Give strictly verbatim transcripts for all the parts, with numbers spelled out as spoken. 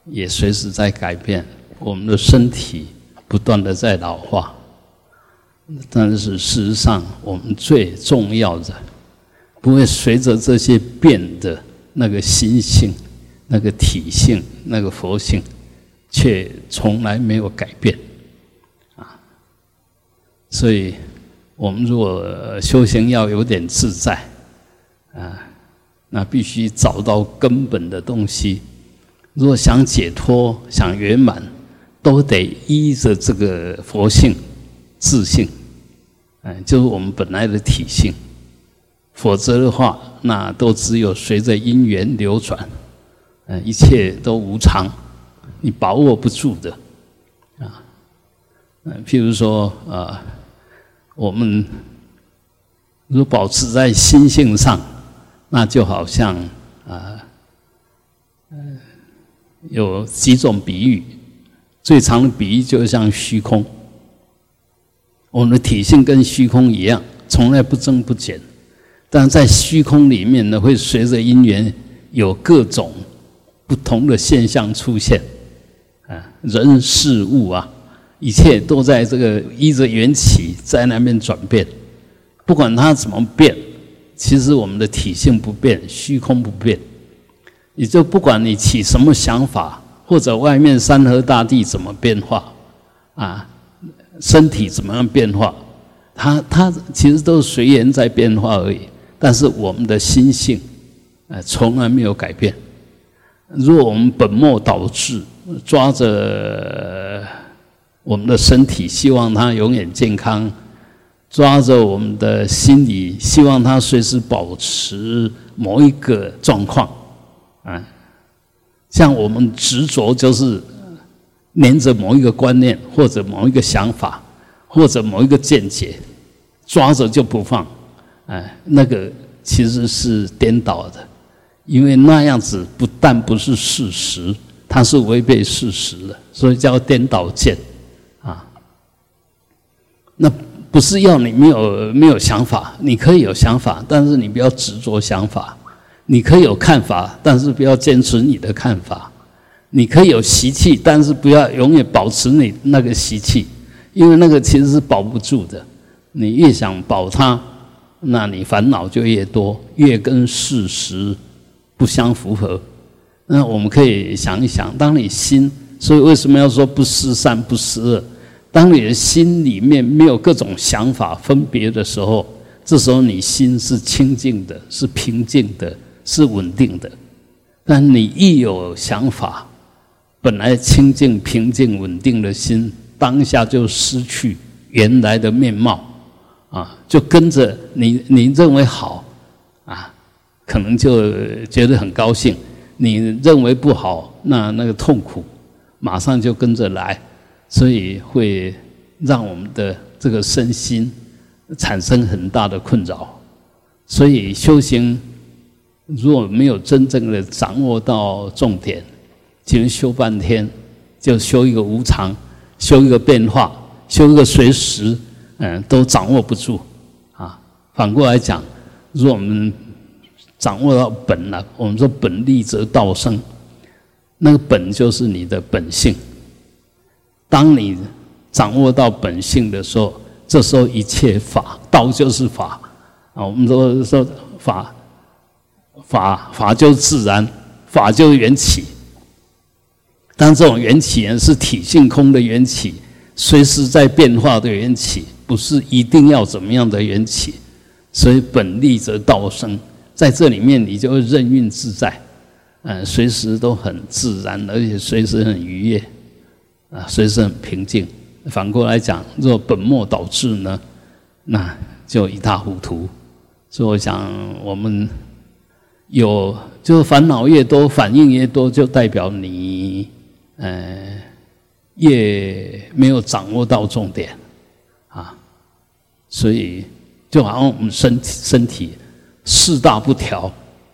也随时在改变，我们的身体不断的在老化。但是事实上，我们最重要的，不会随着这些变的那个心性、那个体性、那个佛性，却从来没有改变啊。所以，我们如果修行要有点自在啊，那必须找到根本的东西。如果想解脱、想圆满，都得依着这个佛性、自性，嗯，就是我们本来的体性。否则的话，那都只有随着因缘流转，嗯，一切都无常，你把握不住的啊。嗯，譬如说啊，我们如果保持在心性上，那就好像啊，嗯，有几种比喻，最常的比喻就像虚空。我们的体性跟虚空一样，从来不增不减，但在虚空里面呢，会随着因缘有各种不同的现象出现，啊，人事物啊，一切都在这个依着缘起在那边转变，不管它怎么变，其实我们的体性不变，虚空不变，也就不管你起什么想法，或者外面山河大地怎么变化，啊。身体怎么样变化，它它其实都是随缘在变化而已。但是我们的心性，呃，从来没有改变。如果我们本末倒置，抓着我们的身体，希望它永远健康；抓着我们的心理，希望它随时保持某一个状况，啊，像我们执着就是。黏着某一个观念，或者某一个想法，或者某一个见解，抓着就不放，哎，那个其实是颠倒的，因为那样子不但不是事实，它是违背事实的，所以叫颠倒见啊。那不是要你没有没有想法，你可以有想法，但是你不要执着想法；你可以有看法，但是不要坚持你的看法。你可以有习气，但是不要永远保持你那个习气，因为那个其实是保不住的。你越想保它，那你烦恼就越多，越跟事实不相符合。那我们可以想一想，当你心，所以为什么要说不思善不思恶？当你的心里面没有各种想法分别的时候，这时候你心是清净的，是平静的，是稳定的。但你一有想法，本来清净、平静、稳定的心，当下就失去原来的面貌啊，就跟着你你认为好啊，可能就觉得很高兴；你认为不好，那那个痛苦马上就跟着来，所以会让我们的这个身心产生很大的困扰。所以修行如果没有真正的掌握到重点，其实修半天就修一个无常，修一个变化，修一个随时，嗯，都掌握不住啊。反过来讲，如果我们掌握到本了，我们说本立则道生，那个本就是你的本性。当你掌握到本性的时候，这时候一切法，道就是法啊。我们说说法，法法就是自然，法就是缘起。但这种缘起呢，是体性空的缘起，随时在变化的缘起，不是一定要怎么样的缘起。所以本立则道生，在这里面你就会任运自在，嗯，随时都很自然，而且随时很愉悦，啊，随时很平静。反过来讲，若本末倒置呢，那就一塌糊涂。所以我想，我们有就是烦恼越多，反应越多，就代表你。呃，越没有掌握到重点啊，所以就好像我们身体身体四大不调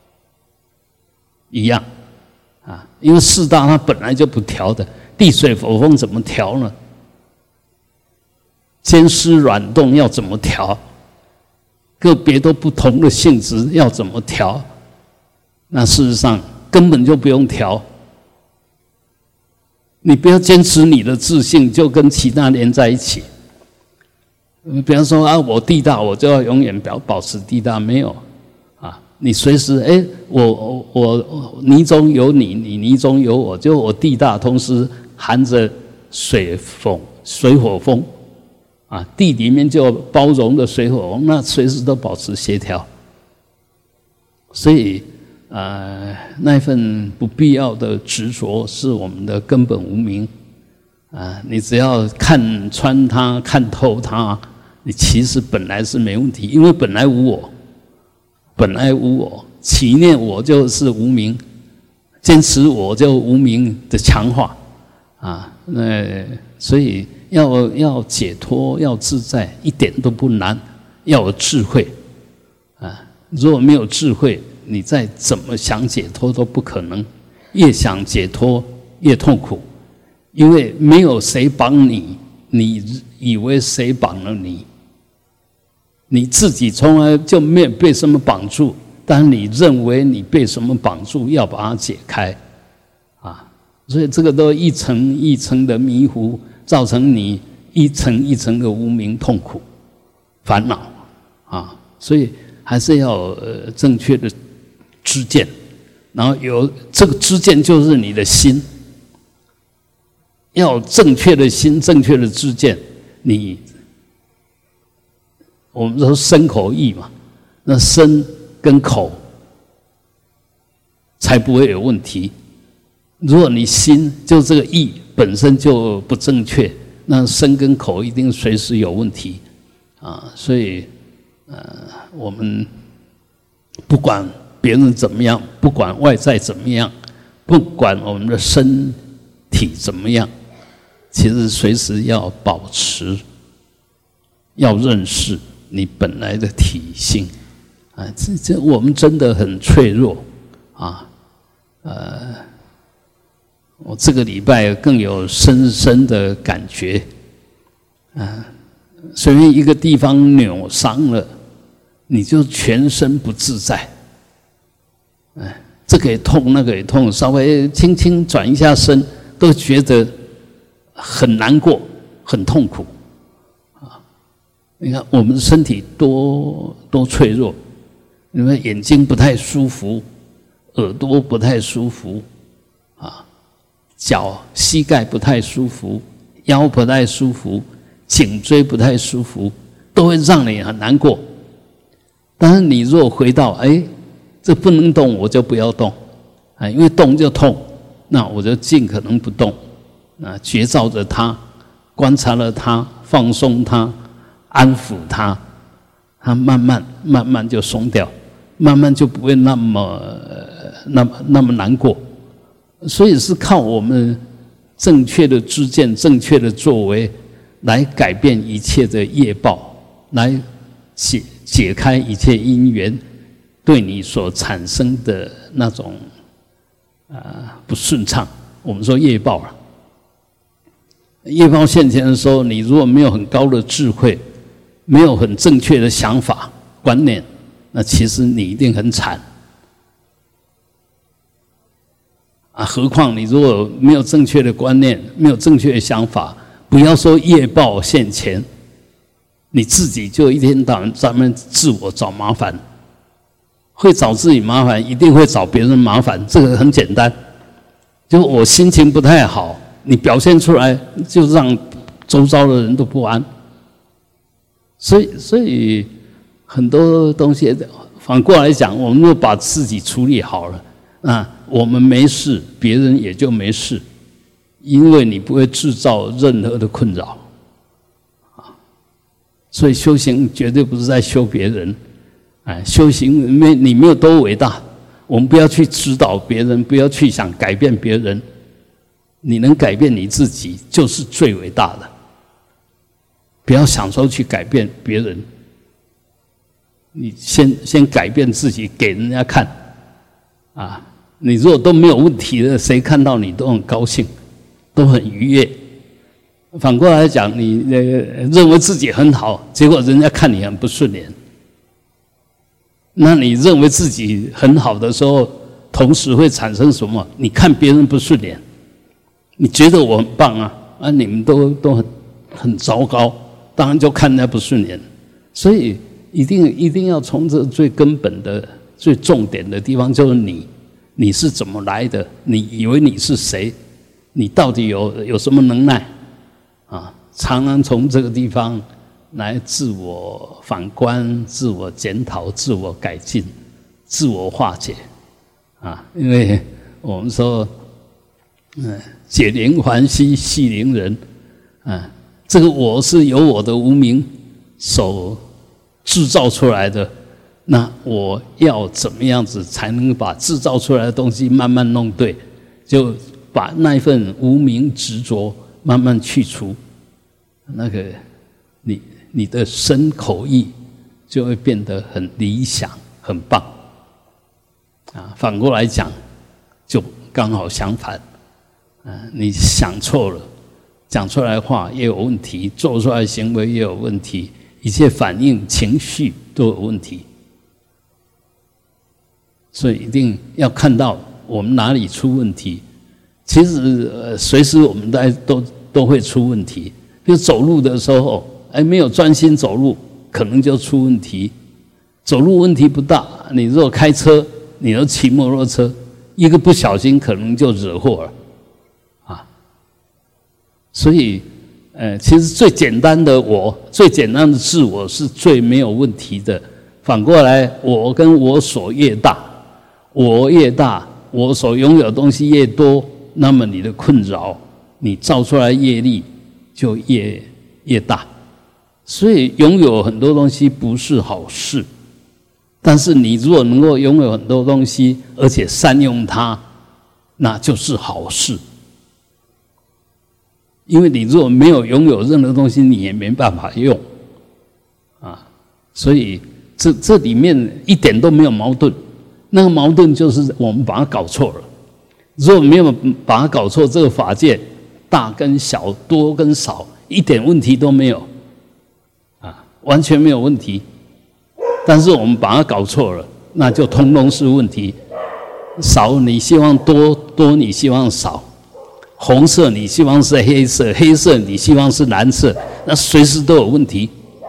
一样啊，因为四大它本来就不调的，地水火风怎么调呢？坚湿软动要怎么调？个别都不同的性质要怎么调？那事实上根本就不用调。 你不要坚持你的自信，就跟其他连在一起。比方说啊，我地大，我就要永远保保持地大，没有啊，你随时哎、欸，我我我泥中有你，你泥中有我，就我地大，同时含着水风、水火风啊，地里面就包容的水火风，那随时都保持协调。所以。呃，那份不必要的执着是我们的根本无明啊！你只要看穿它、看透它，你其实本来是没问题，因为本来无我，本来无我，起念我就是无明，坚持我就无明的强化啊！那所以要要解脱、要自在，一点都不难，要有智慧啊！如果没有智慧，你再怎么想解脱都不可能，越想解脱越痛苦，因为没有谁绑你，你以为谁绑了你？你自己从来就没有被什么绑住，但你认为你被什么绑住，要把它解开啊！所以这个都一层一层的迷糊，造成你一层一层的无明痛苦、烦恼啊！所以还是要呃正确的知见，然后有这个知见就是你的心，要有正确的心、正确的知见。你我们说身口意嘛，那身跟口才不会有问题。如果你心就这个意本身就不正确，那身跟口一定随时有问题啊！所以呃，我们不管别人怎么样，不管外在怎么样，不管我们的身体怎么样，其实随时要保持，要认识你本来的体性啊！这这我们真的很脆弱啊！呃，我这个礼拜更有深深的感觉啊！随便一个地方扭伤了，你就全身不自在。哎，这个也痛，那个也痛，稍微轻轻转一下身，都觉得很难过、很痛苦啊！你看我们的身体多多脆弱，你们眼睛不太舒服，耳朵不太舒服啊，脚、膝盖不太舒服，腰不太舒服，颈椎不太舒服，都会让你很难过。但是你若回到哎，这不能动，我就不要动啊，因为动就痛，那我就尽可能不动啊，觉照着它，观察了它，放松它，安抚它，它慢慢慢慢就松掉，慢慢就不会那么那么那么难过。所以是靠我们正确的知见、正确的作为来改变一切的业报，来解解开一切因缘对你所产生的那种啊、呃、不顺畅。我们说业报啊，业报现前的时候，你如果没有很高的智慧，没有很正确的想法观念，那其实你一定很惨啊！何况你如果没有正确的观念，没有正确的想法，不要说业报现前，你自己就一天到晚咱们自我找麻烦，会找自己麻烦，一定会找别人麻烦，这个很简单。就我心情不太好，你表现出来就让周遭的人都不安。所以，所以很多东西反过来讲，我们若把自己处理好了啊，我们没事，别人也就没事，因为你不会制造任何的困扰啊。所以修行绝对不是在修别人，哎，修行没你没有多伟大。我们不要去指导别人，不要去想改变别人，你能改变你自己就是最伟大的。不要想说去改变别人，你先先改变自己给人家看啊！你如果都没有问题的，谁看到你都很高兴，都很愉悦。反过来讲，你呃认为自己很好，结果人家看你很不顺眼。那你认为自己很好的时候，同时会产生什么？你看别人不顺眼， 你觉得我很棒啊，啊，你们都都很很糟糕，当然就看人家不顺眼。所以一定一定要从这最根本的、最重点的地方，就是你，你是怎么来的？你以为你是谁？你到底有有什么能耐？啊，常常从这个地方来自我反观、自我检讨、自我改进、自我化解。啊，因为我们说，嗯。解铃还须系铃人，啊，这个我是由我的无明所制造出来的，那我要怎么样子才能把制造出来的东西慢慢弄对？就把那一份无明执着慢慢去除，那个你你的身口意就会变得很理想、很棒。啊，反过来讲，就刚好相反。啊，你想错了，讲出来的话也有问题，做出来的行为也有问题，一切反应情绪都有问题。所以一定要看到我们哪里出问题。其实呃，随时我们在都都会出问题。比如走路的时候，哎，没有专心走路，可能就出问题。走路问题不大，你如果开车，你要骑摩托车，一个不小心可能就惹祸了。所以，呃，其实最简单的我，最简单的自我是最没有问题的。反过来，我跟我所越大，我越大，我所拥有的东西越多，那么你的困扰，你造出来业力就越越大。所以，拥有很多东西不是好事，但是你如果能够拥有很多东西，而且善用它，那就是好事。因为你如果没有拥有任何东西，你也没办法用，啊，所以这这里面一点都没有矛盾。那个矛盾就是我们把它搞错了。如果没有把它搞错，这个法界大跟小、多跟少，一点问题都没有，啊，完全没有问题。但是我们把它搞错了，那就通通是问题。少你希望多，多你希望少。红色你希望是黑色，黑色你希望是蓝色，那随时都有问题。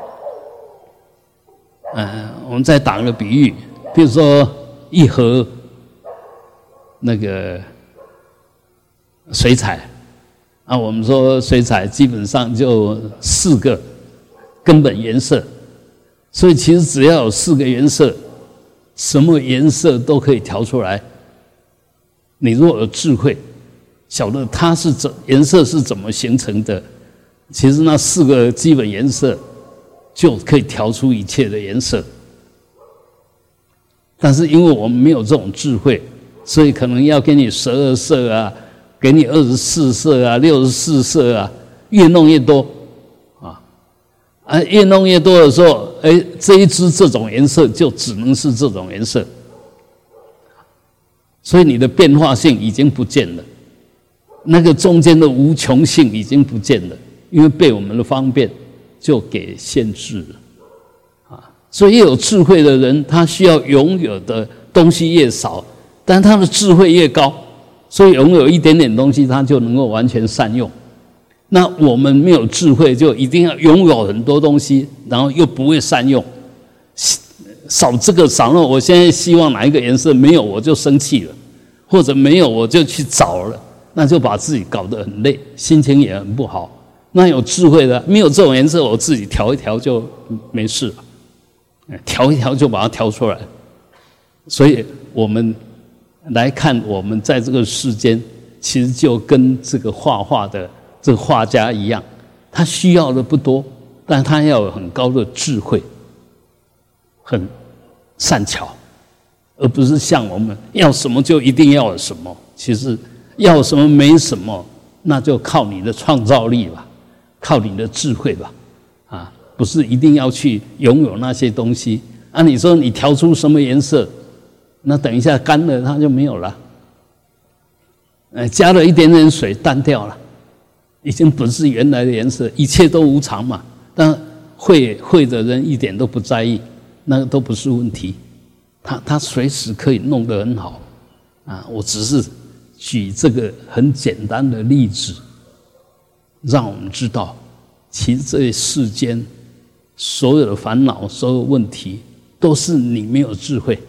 嗯、呃，我们再打个比喻，比如说一盒那个水彩，啊，我们说水彩基本上就四个根本颜色，所以其实只要有四个颜色，什么颜色都可以调出来。你如果有智慧，晓得它是怎颜色是怎么形成的，其实那四个基本颜色就可以调出一切的颜色。但是因为我们没有这种智慧，所以可能要给你十二色啊，给你二十四色啊，六十四色啊，越弄越多啊，啊，越弄越多的时候，哎，这一支这种颜色就只能是这种颜色，所以你的变化性已经不见了。那个中间的无穷性已经不见了，因为被我们的方便就给限制了，啊，所以越有智慧的人，他需要拥有的东西越少，但他的智慧越高，所以拥有一点点东西，他就能够完全善用。那我们没有智慧，就一定要拥有很多东西，然后又不会善用，少这个少那，我现在希望哪一个颜色没有我就生气了，或者没有我就去找了。那就把自己搞得很累，心情也很不好。那有智慧的，没有这种颜色，我自己调一调就没事了，调一调就把它调出来。所以我们来看，我们在这个世间，其实就跟这个画画的这个画家一样，他需要的不多，但他要有很高的智慧，很善巧，而不是像我们要什么就一定要有什么。其实要什么没什么，那就靠你的创造力吧，靠你的智慧吧，啊，不是一定要去拥有那些东西。啊，你说你调出什么颜色，那等一下干了它就没有了，呃，加了一点点水淡掉了，已经不是原来的颜色，一切都无常嘛。但会会的人一点都不在意，那个都不是问题，他他随时可以弄得很好，啊，我只是举这个很简单的例子，让我们知道，其实这世间所有的烦恼、所有问题，都是你没有智慧，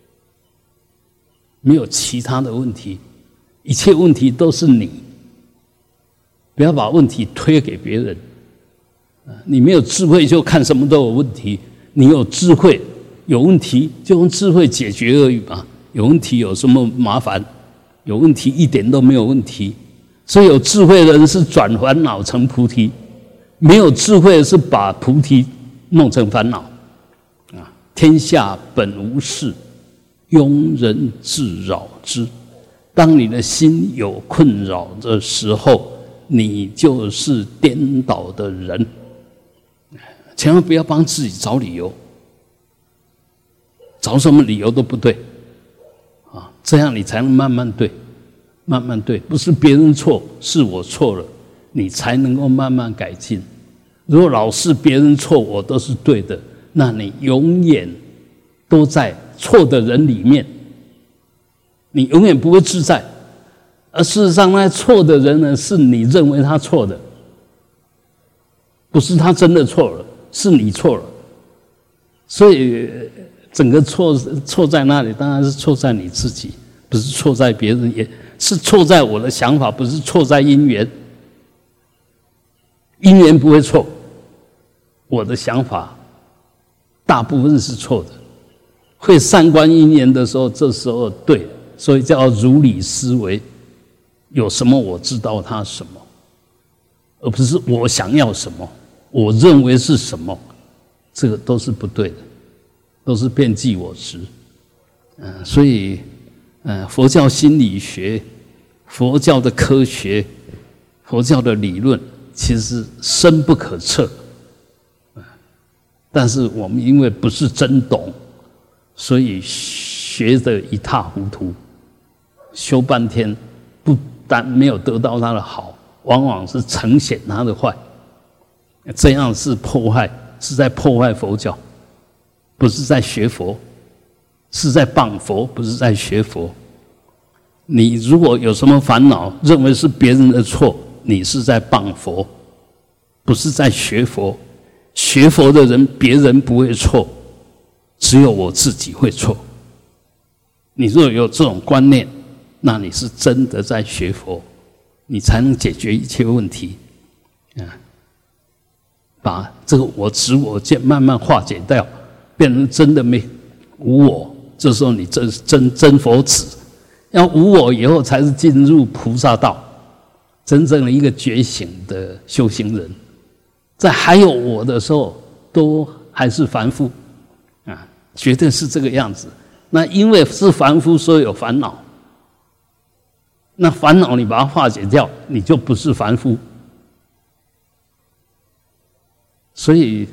没有其他的问题，一切问题都是你。不要把问题推给别人。你没有智慧，就看什么都有问题；你有智慧，有问题就用智慧解决而已嘛。有问题有什么麻烦？有问题一点都没有问题。所以有智慧的人是转烦恼成菩提，没有智慧的是把菩提弄成烦恼。啊，天下本无事，庸人自扰之。当你的心有困扰的时候，你就是颠倒的人。千万不要帮自己找理由，找什么理由都不对啊，这样你才能慢慢对，慢慢对，不是别人错，是我错了，你才能够慢慢改进。如果老是别人错，我都是对的，那你永远都在错的人里面，你永远不会自在。而事实上，那错的人呢，是你认为他错的，不是他真的错了，是你错了。所以整个错错在哪里？当然是错在你自己，不是错在别人，也是错在我的想法，不是错在因缘。因缘不会错，我的想法大部分是错的。会三观因缘的时候，这时候对，所以叫如理思维。有什么我知道它什么，而不是我想要什么，我认为是什么，这个都是不对的，都是遍计我执。嗯、呃，所以，呃，佛教心理学、佛教的科学、佛教的理论，其实深不可测。但是我们因为不是真懂，所以学得一塌糊涂，修半天不但没有得到他的好，往往是呈现他的坏，这样是破坏，是在破坏佛教，不是在学佛，是在谤佛，不是在学佛。你如果有什么烦恼，认为是别人的错，你是在谤佛，不是在学佛。学佛的人，别人不会错，只有我自己会错。你若有这种观念，那你是真的在学佛，你才能解决一切问题。啊，把这个我执我见慢慢化解掉，变成真的没无我。这时候你真真真佛子，要无我以后，才是进入菩萨道，真正的一个觉醒的修行人。在还有我的时候，都还是凡夫啊，绝对是这个样子。那因为是凡夫，所以有烦恼。那烦恼你把它化解掉，你就不是凡夫。所以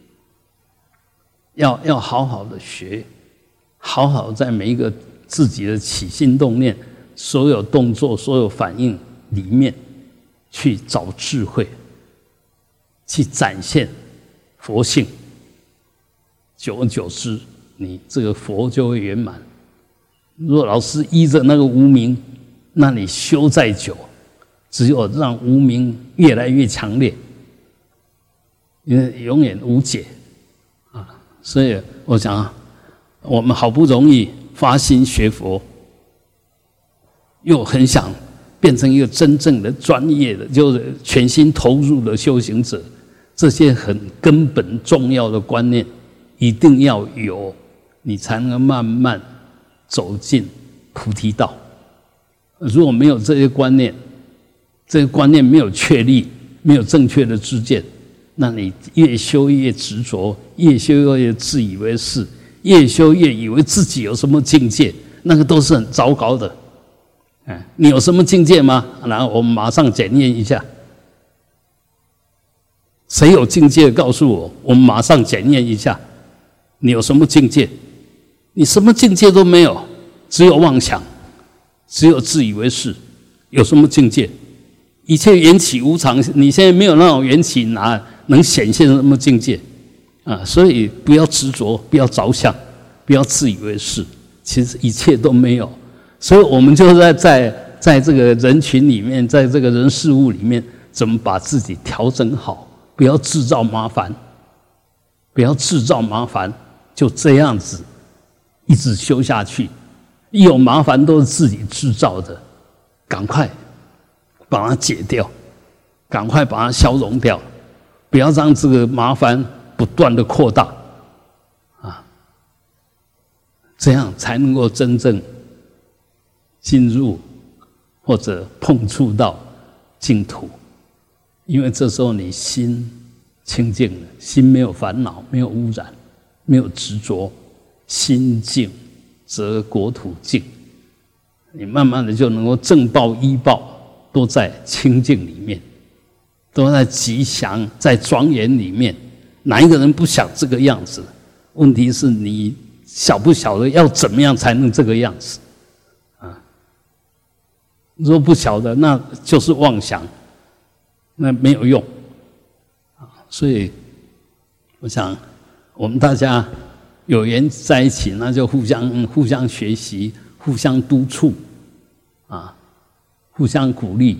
要要好好的学，好好在每一个自己的起心动念、所有动作、所有反应里面去找智慧，去展现佛性。久而久之，你这个佛就会圆满。如果老是依着那个无明，那你修再久，只有让无明越来越强烈，因为永远无解啊！所以我想啊，我们好不容易发心学佛，又很想变成一个真正的专业的，就是全心投入的修行者，这些很根本重要的观念一定要有，你才能慢慢走进菩提道。如果没有这些观念，这些观念没有确立，没有正确的知见，那你越修越执着，越修越自以为是，越修越以为自己有什么境界，那个都是很糟糕的。哎，你有什么境界吗？然后我们马上检验一下，谁有境界告诉我，我们马上检验一下，你有什么境界？你什么境界都没有，只有妄想，只有自以为是，有什么境界？一切缘起无常，你现在没有那种缘起，哪能显现什么境界啊？所以不要执着，不要着相，不要自以为是，其实一切都没有。所以我们就是在在在这个人群里面，在这个人事物里面，怎么把自己调整好，不要制造麻烦，不要制造麻烦，就这样子一直修下去。一有麻烦都是自己制造的，赶快把它解掉，赶快把它消融掉，不要让这个麻烦不断的扩大啊，这样才能够真正进入或者碰触到净土。因为这时候你心清净了，心没有烦恼，没有污染，没有执着，心净则国土净。你慢慢的就能够正报依报都在清净里面，都在吉祥在庄严里面。哪一个人不想这个样子？问题是你晓不晓得要怎么样才能这个样子啊？如果不晓得，那就是妄想，那没有用啊。所以我想我们大家有缘在一起，那就互相互相学习，互相督促啊，互相鼓励。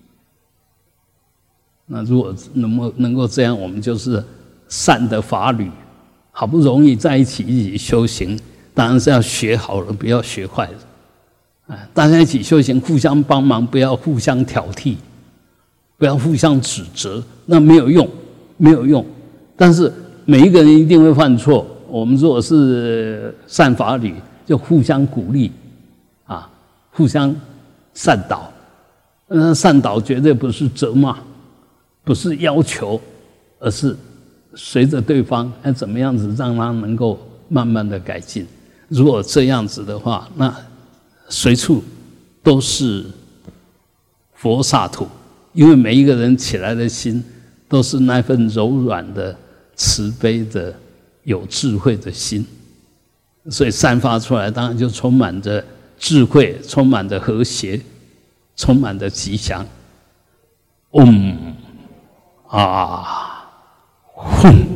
那如果能够能够这样，我们就是善的法侣，好不容易在一起一起修行，当然是要学好了，不要学坏了。哎，大家一起修行，互相帮忙，不要互相挑剔，不要互相指责，那没有用，没有用。但是每一个人一定会犯错，我们如果是善法侣，就互相鼓励啊，互相善导。那善导绝对不是责骂，不是要求，而是随着对方要怎么样子让他能够慢慢的改进。如果这样子的话，那随处都是佛刹土，因为每一个人起来的心都是那份柔软的慈悲的有智慧的心，所以散发出来当然就充满着智慧，充满着和谐，充满着吉祥。嗡啊吽。